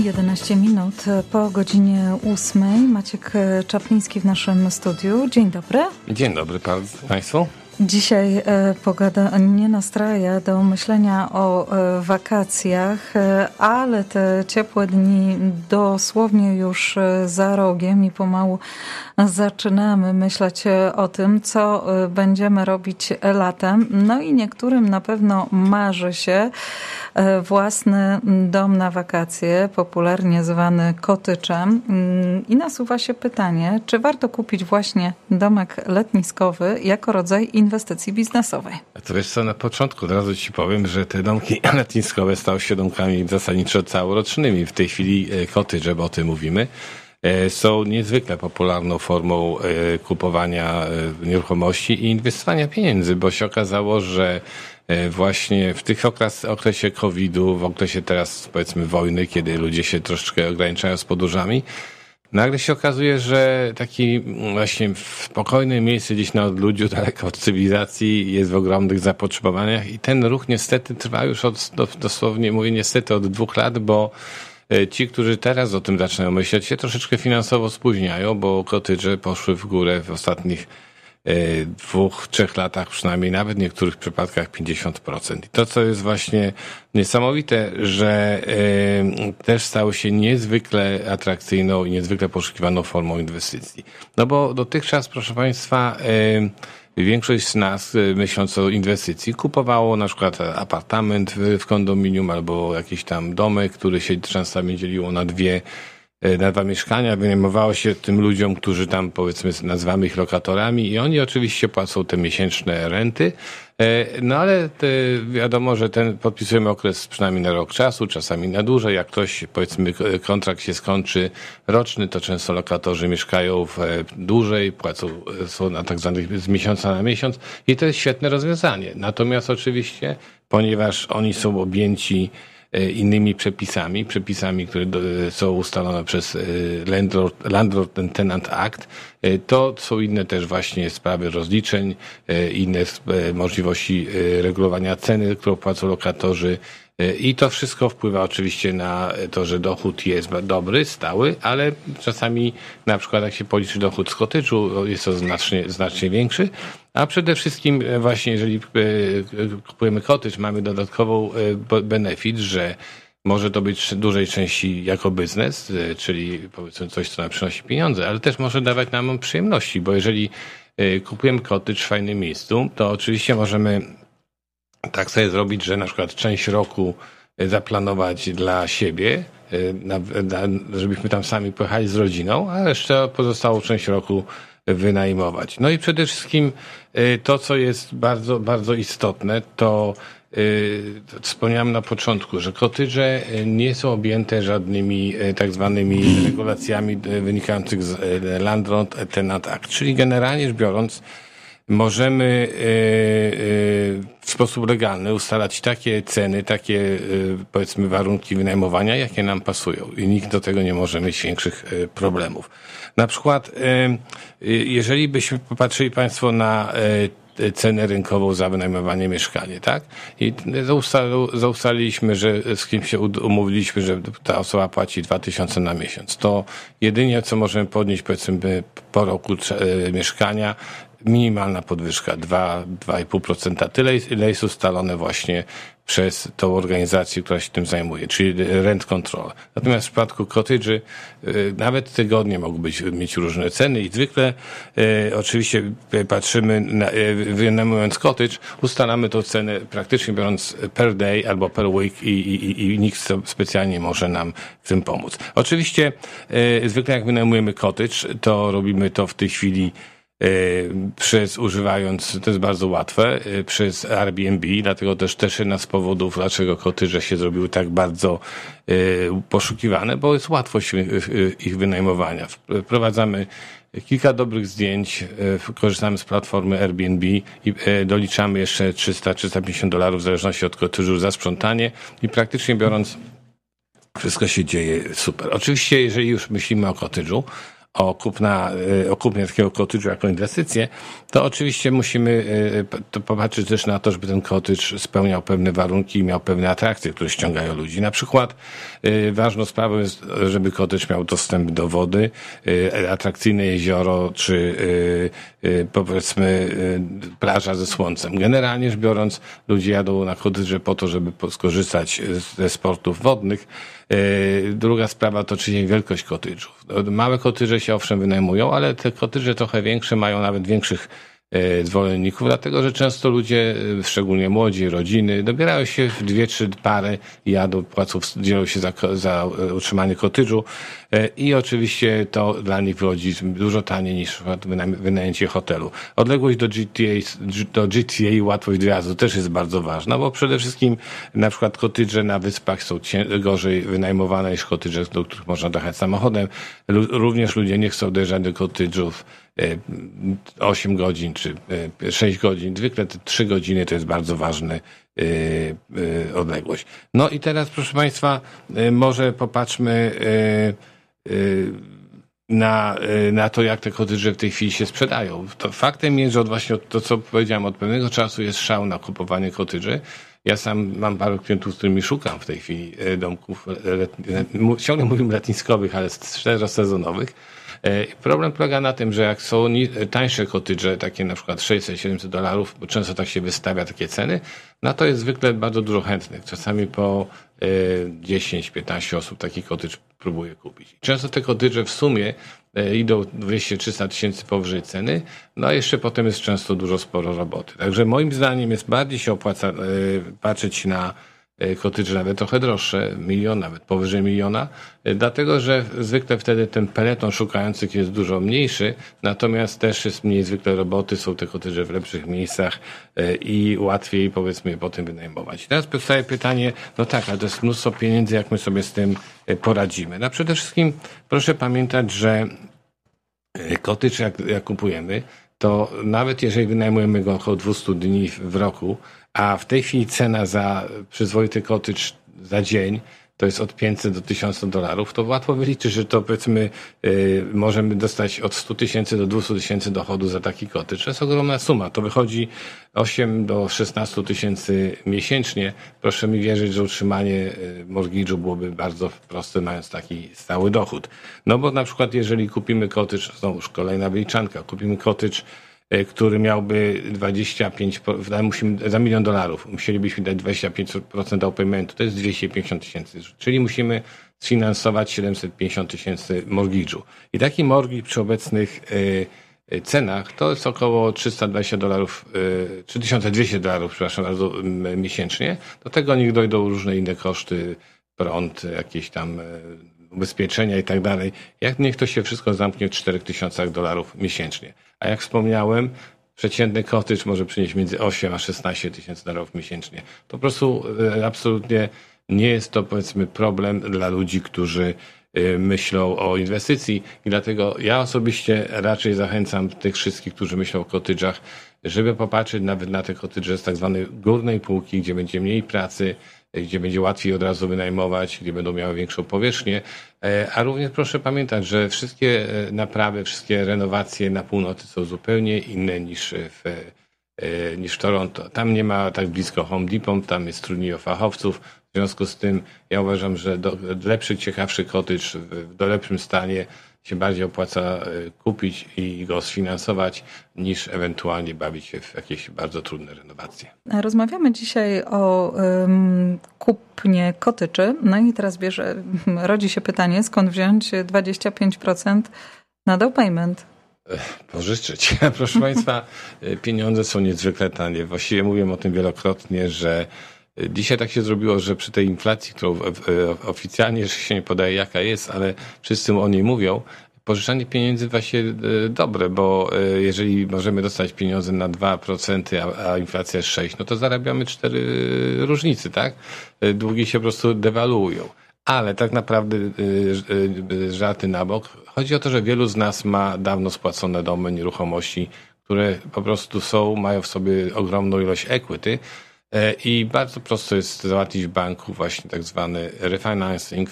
11 minut po godzinie 8. Maciek Czapliński w naszym studiu. Dzień dobry. Dzień dobry Państwu. Dzisiaj pogoda nie nastraja do myślenia o wakacjach, ale te ciepłe dni dosłownie już za rogiem i pomału zaczynamy myśleć o tym, co będziemy robić latem. No i niektórym na pewno marzy się własny dom na wakacje, popularnie zwany kotyczem. I nasuwa się pytanie, czy warto kupić właśnie domek letniskowy jako rodzaj inwestycji biznesowej? To wiesz co, na początku od razu ci powiem, że te domki letniskowe stały się domkami zasadniczo całorocznymi. W tej chwili cottage, bo o tym mówimy, są niezwykle popularną formą kupowania nieruchomości i inwestowania pieniędzy, bo się okazało, że właśnie w tych okresie COVID-u, w okresie teraz powiedzmy wojny, kiedy ludzie się troszeczkę ograniczają z podróżami, nagle się okazuje, że taki właśnie spokojne miejsce gdzieś na odludziu, daleko od cywilizacji jest w ogromnych zapotrzebowaniach i ten ruch niestety trwa już dosłownie mówię niestety od 2 lat, bo ci, którzy teraz o tym zaczynają myśleć, się troszeczkę finansowo spóźniają, bo cottage'e poszły w górę w ostatnich 2-3 latach przynajmniej, nawet w niektórych przypadkach 50%. I to, co jest właśnie niesamowite, że też stały się niezwykle atrakcyjną i niezwykle poszukiwaną formą inwestycji. No bo dotychczas, proszę Państwa, większość z nas, myśląc o inwestycji, kupowało na przykład apartament w kondominium albo jakiś tam domek, który się często dzieliło na 2 mieszkania, wynajmowało się tym ludziom, którzy tam powiedzmy nazywamy ich lokatorami i oni oczywiście płacą te miesięczne renty, no ale wiadomo, że podpisujemy okres przynajmniej na rok czasu, czasami na dłużej. Jak ktoś powiedzmy kontrakt się skończy roczny, to często lokatorzy mieszkają dłużej, są na tak zwanych z miesiąca na miesiąc i to jest świetne rozwiązanie. Natomiast oczywiście, ponieważ oni są objęci innymi przepisami, które są ustalone przez Landlord and Tenant Act, to są inne też właśnie sprawy rozliczeń, inne możliwości regulowania ceny, którą płacą lokatorzy. I to wszystko wpływa oczywiście na to, że dochód jest dobry, stały, ale czasami na przykład jak się policzy dochód z cottage'u, jest to znacznie większy. A przede wszystkim właśnie jeżeli kupujemy cottage, mamy dodatkową benefit, że może to być w dużej części jako biznes, czyli powiedzmy coś, co nam przynosi pieniądze, ale też może dawać nam przyjemności, bo jeżeli kupujemy cottage w fajnym miejscu, to oczywiście możemy tak sobie zrobić, że na przykład część roku zaplanować dla siebie, żebyśmy tam sami pojechali z rodziną, a jeszcze pozostałą część roku wynajmować. No i przede wszystkim to, co jest bardzo, bardzo istotne, to wspomniałem na początku, że cottage'e nie są objęte żadnymi tak zwanymi regulacjami wynikających z Landlord Tenant Act, czyli generalnie rzecz biorąc możemy w sposób legalny ustalać takie ceny, takie powiedzmy warunki wynajmowania, jakie nam pasują i nikt do tego nie może mieć większych problemów. Na przykład jeżeli byśmy popatrzyli Państwo na cenę rynkową za wynajmowanie mieszkania, tak? I zaustaliliśmy, że z kim się umówiliśmy, że ta osoba płaci 2000 na miesiąc. To jedynie co możemy podnieść powiedzmy po roku mieszkania, minimalna podwyżka 2-2,5%. Tyle ile jest ustalone właśnie przez tą organizację, która się tym zajmuje, czyli rent control. Natomiast w przypadku cottage'y nawet tygodnie mogą mieć różne ceny i zwykle oczywiście patrzymy, wynajmując cottage, ustalamy tą cenę praktycznie biorąc per day albo per week i nikt specjalnie nie może nam w tym pomóc. Oczywiście zwykle jak wynajmujemy cottage, to robimy to w tej chwili używając, to jest bardzo łatwe, przez Airbnb, dlatego też jedna z powodów, dlaczego cottage'e się zrobiły tak bardzo poszukiwane, bo jest łatwość ich wynajmowania. Wprowadzamy kilka dobrych zdjęć, korzystamy z platformy Airbnb i doliczamy jeszcze $300-350 w zależności od cottage'u za sprzątanie i praktycznie biorąc wszystko się dzieje super. Oczywiście, jeżeli już myślimy o cottage'u, o kupnie takiego cottage'u jako inwestycję, to oczywiście musimy to popatrzeć też na to, żeby ten cottage spełniał pewne warunki i miał pewne atrakcje, które ściągają ludzi. Na przykład ważną sprawą jest, żeby cottage miał dostęp do wody, atrakcyjne jezioro, czy powiedzmy plaża ze słońcem. Generalnie rzecz biorąc, ludzie jadą na cottage po to, żeby skorzystać ze sportów wodnych. Druga sprawa to oczywiście wielkość cottage'ów. Małe cottage'e się owszem wynajmują, ale te cottage'e trochę większe mają nawet większych zwolenników, dlatego że często ludzie, szczególnie młodzi, rodziny, dobierają się w 2-3 pary, jadą, dzielą się za utrzymanie cottage'u i oczywiście to dla nich wychodzi dużo taniej niż wynajęcie hotelu. Odległość do GTA i łatwość wjazdu też jest bardzo ważna, bo przede wszystkim na przykład cottage'e na wyspach są gorzej wynajmowane niż cottage'e, do których można dojechać samochodem. Również ludzie nie chcą dojeżdżać do cottage'ów 8 godzin czy 6 godzin. Zwykle te 3 godziny to jest bardzo ważna odległość. No i teraz, proszę Państwa, może popatrzmy na to, jak te cottage'e w tej chwili się sprzedają. To faktem jest, że właśnie to, co powiedziałem, od pewnego czasu jest szał na kupowanie cottage'y. Ja sam mam paru klientów, z którymi szukam w tej chwili domków, ciągle mówimy letniskowych, ale czterosezonowych. Problem polega na tym, że jak są tańsze cottage'e, takie na przykład $600-700, bo często tak się wystawia takie ceny, no to jest zwykle bardzo dużo chętnych. Czasami po 10-15 osób taki cottage próbuje kupić. Często te cottage'e w sumie idą 200-300 tysięcy powyżej ceny, no a jeszcze potem jest często sporo roboty. Także moim zdaniem bardziej się opłaca patrzeć na cottage'e nawet trochę droższe, 1 milion, nawet powyżej 1 miliona, dlatego że zwykle wtedy ten peleton szukających jest dużo mniejszy, natomiast też jest mniej zwykle roboty, są te cottage'e w lepszych miejscach i łatwiej powiedzmy je potem wynajmować. Teraz powstaje pytanie, no tak, ale to jest mnóstwo pieniędzy, jak my sobie z tym poradzimy. No przede wszystkim proszę pamiętać, że cottage jak kupujemy, to nawet jeżeli wynajmujemy go około 200 dni w roku, a w tej chwili cena za przyzwoity cottage za dzień to jest od $500 do $1000, to łatwo wyliczyć, że to powiedzmy możemy dostać od 100 tysięcy do 200 tysięcy dochodu za taki cottage. To jest ogromna suma. To wychodzi 8 do 16 tysięcy miesięcznie. Proszę mi wierzyć, że utrzymanie mortgage'u byłoby bardzo proste, mając taki stały dochód. No bo na przykład jeżeli kupimy cottage, znowuż kolejna wyliczanka, kupimy cottage, który miałby 25, musimy za $1 milion, musielibyśmy dać 25% down paymentu, to jest 250 tysięcy, czyli musimy sfinansować 750 tysięcy mortgage'u. I taki mortgage przy obecnych cenach to jest około $320, $3200, przepraszam bardzo, miesięcznie. Do tego niech dojdą różne inne koszty, prąd, jakieś tam ubezpieczenia i tak dalej. Niech to się wszystko zamknie w $4000 miesięcznie. A jak wspomniałem, przeciętny cottage może przynieść między 8 a 16 tysięcy dolarów miesięcznie. To po prostu absolutnie nie jest to powiedzmy problem dla ludzi, którzy myślą o inwestycji i dlatego ja osobiście raczej zachęcam tych wszystkich, którzy myślą o cottage'ach, żeby popatrzeć nawet na te cottage'e z tak zwanej górnej półki, gdzie będzie mniej pracy, gdzie będzie łatwiej od razu wynajmować, gdzie będą miały większą powierzchnię. A również proszę pamiętać, że wszystkie naprawy, wszystkie renowacje na północy są zupełnie inne niż w Toronto. Tam nie ma tak blisko Home Depot, tam jest trudniej o fachowców. W związku z tym ja uważam, że lepszy, ciekawszy cottage w lepszym stanie się bardziej opłaca kupić i go sfinansować, niż ewentualnie bawić się w jakieś bardzo trudne renowacje. Rozmawiamy dzisiaj o kupnie cottage'y. No i teraz rodzi się pytanie, skąd wziąć 25% na down payment? Pożyczyć. Proszę Państwa, pieniądze są niezwykle tanie. Właściwie mówiłem o tym wielokrotnie, że dzisiaj tak się zrobiło, że przy tej inflacji, którą oficjalnie się nie podaje jaka jest, ale wszyscy o niej mówią, pożyczanie pieniędzy właśnie dobre, bo jeżeli możemy dostać pieniądze na 2%, a inflacja jest 6%, no to zarabiamy 4 różnicy, tak? Długi się po prostu dewaluują. Ale tak naprawdę żarty na bok. Chodzi o to, że wielu z nas ma dawno spłacone domy, nieruchomości, które po prostu mają w sobie ogromną ilość equity, I bardzo prosto jest załatwić w banku właśnie tak zwany refinancing,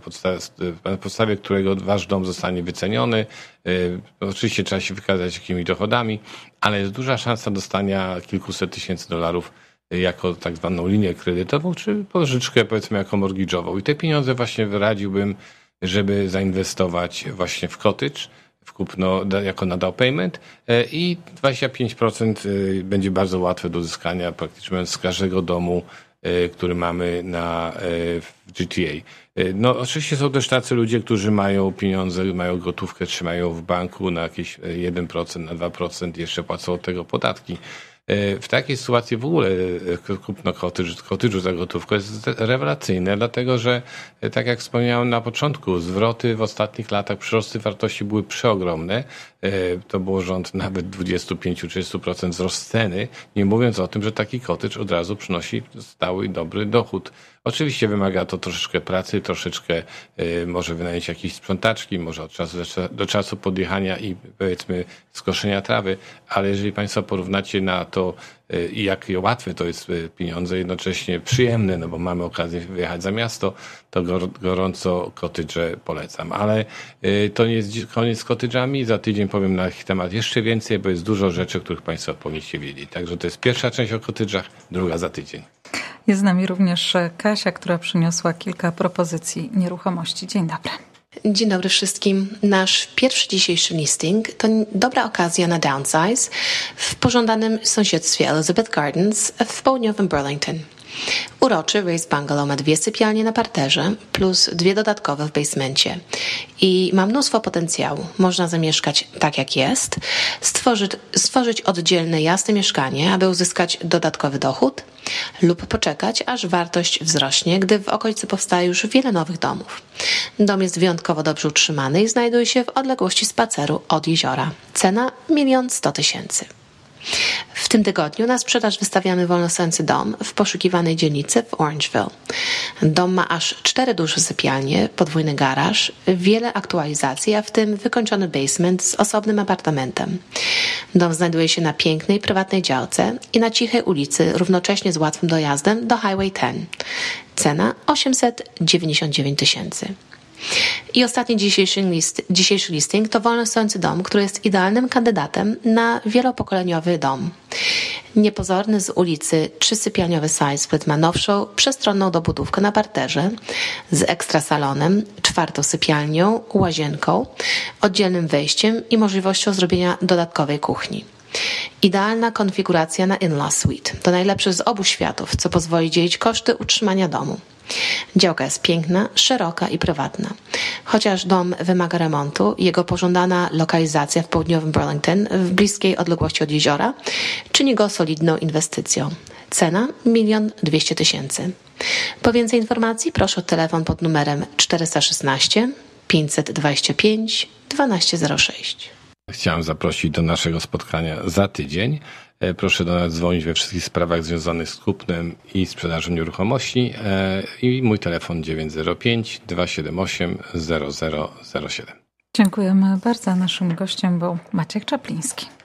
na podstawie którego wasz dom zostanie wyceniony. Oczywiście trzeba się wykazać jakimiś dochodami, ale jest duża szansa dostania kilkuset tysięcy dolarów jako tak zwaną linię kredytową, czy pożyczkę powiedzmy jako mortgage'ową. I te pieniądze właśnie wyradziłbym, żeby zainwestować właśnie w cottage, w kupno jako na down payment i 25% będzie bardzo łatwe do uzyskania praktycznie z każdego domu, który mamy w GTA. No oczywiście są też tacy ludzie, którzy mają pieniądze, mają gotówkę, trzymają w banku na jakieś 1%, na 2%, jeszcze płacą od tego podatki. W takiej sytuacji w ogóle kupno cottage'u za gotówkę jest rewelacyjne, dlatego że, tak jak wspomniałem na początku, zwroty w ostatnich latach, przyrosty wartości były przeogromne. To było rząd nawet 25-30% wzrost ceny, nie mówiąc o tym, że taki cottage od razu przynosi stały i dobry dochód. Oczywiście wymaga to troszeczkę pracy, troszeczkę może wynająć jakieś sprzątaczki, może od czasu do czasu podjechania i powiedzmy skoszenia trawy, ale jeżeli Państwo porównacie na to, jakie łatwe to jest pieniądze, jednocześnie przyjemne, no bo mamy okazję wyjechać za miasto, to gorąco cottage'e polecam. Ale to nie jest koniec z cottage'ami. Za tydzień powiem na ich temat jeszcze więcej, bo jest dużo rzeczy, o których Państwo powinniście wiedzieć. Także to jest pierwsza część o cottage'ach, druga za tydzień. Jest z nami również Kasia, która przyniosła kilka propozycji nieruchomości. Dzień dobry. Dzień dobry wszystkim. Nasz pierwszy dzisiejszy listing to dobra okazja na downsize w pożądanym sąsiedztwie Elizabeth Gardens w południowym Burlington. Uroczy raised bungalow ma 2 sypialnie na parterze plus 2 dodatkowe w basemencie i ma mnóstwo potencjału. Można zamieszkać tak jak jest, stworzyć oddzielne jasne mieszkanie, aby uzyskać dodatkowy dochód lub poczekać, aż wartość wzrośnie, gdy w okolicy powstaje już wiele nowych domów. Dom jest wyjątkowo dobrze utrzymany i znajduje się w odległości spaceru od jeziora. Cena 1 100 000. W tym tygodniu na sprzedaż wystawiamy wolnostojący dom w poszukiwanej dzielnicy w Orangeville. Dom ma aż 4 duże sypialnie, podwójny garaż, wiele aktualizacji, a w tym wykończony basement z osobnym apartamentem. Dom znajduje się na pięknej, prywatnej działce i na cichej ulicy, równocześnie z łatwym dojazdem do Highway 10. Cena 899 000. I ostatni dzisiejszy listing to wolnostojący dom, który jest idealnym kandydatem na wielopokoleniowy dom. Niepozorny z ulicy 3-sypialniowy side split ma nowszą, przestronną dobudówkę na parterze z ekstra salonem, 4. sypialnią, łazienką, oddzielnym wejściem i możliwością zrobienia dodatkowej kuchni. Idealna konfiguracja na in-law suite. To najlepszy z obu światów, co pozwoli dzielić koszty utrzymania domu. Działka jest piękna, szeroka i prywatna. Chociaż dom wymaga remontu, jego pożądana lokalizacja w południowym Burlington w bliskiej odległości od jeziora czyni go solidną inwestycją. Cena 1 200 000. Po więcej informacji proszę o telefon pod numerem 416 525 1206. Chciałem zaprosić do naszego spotkania za tydzień. Proszę do nas dzwonić we wszystkich sprawach związanych z kupnem i sprzedażą nieruchomości i mój telefon 905 278 0007. Dziękujemy bardzo. Naszym gościem był Maciek Czapliński.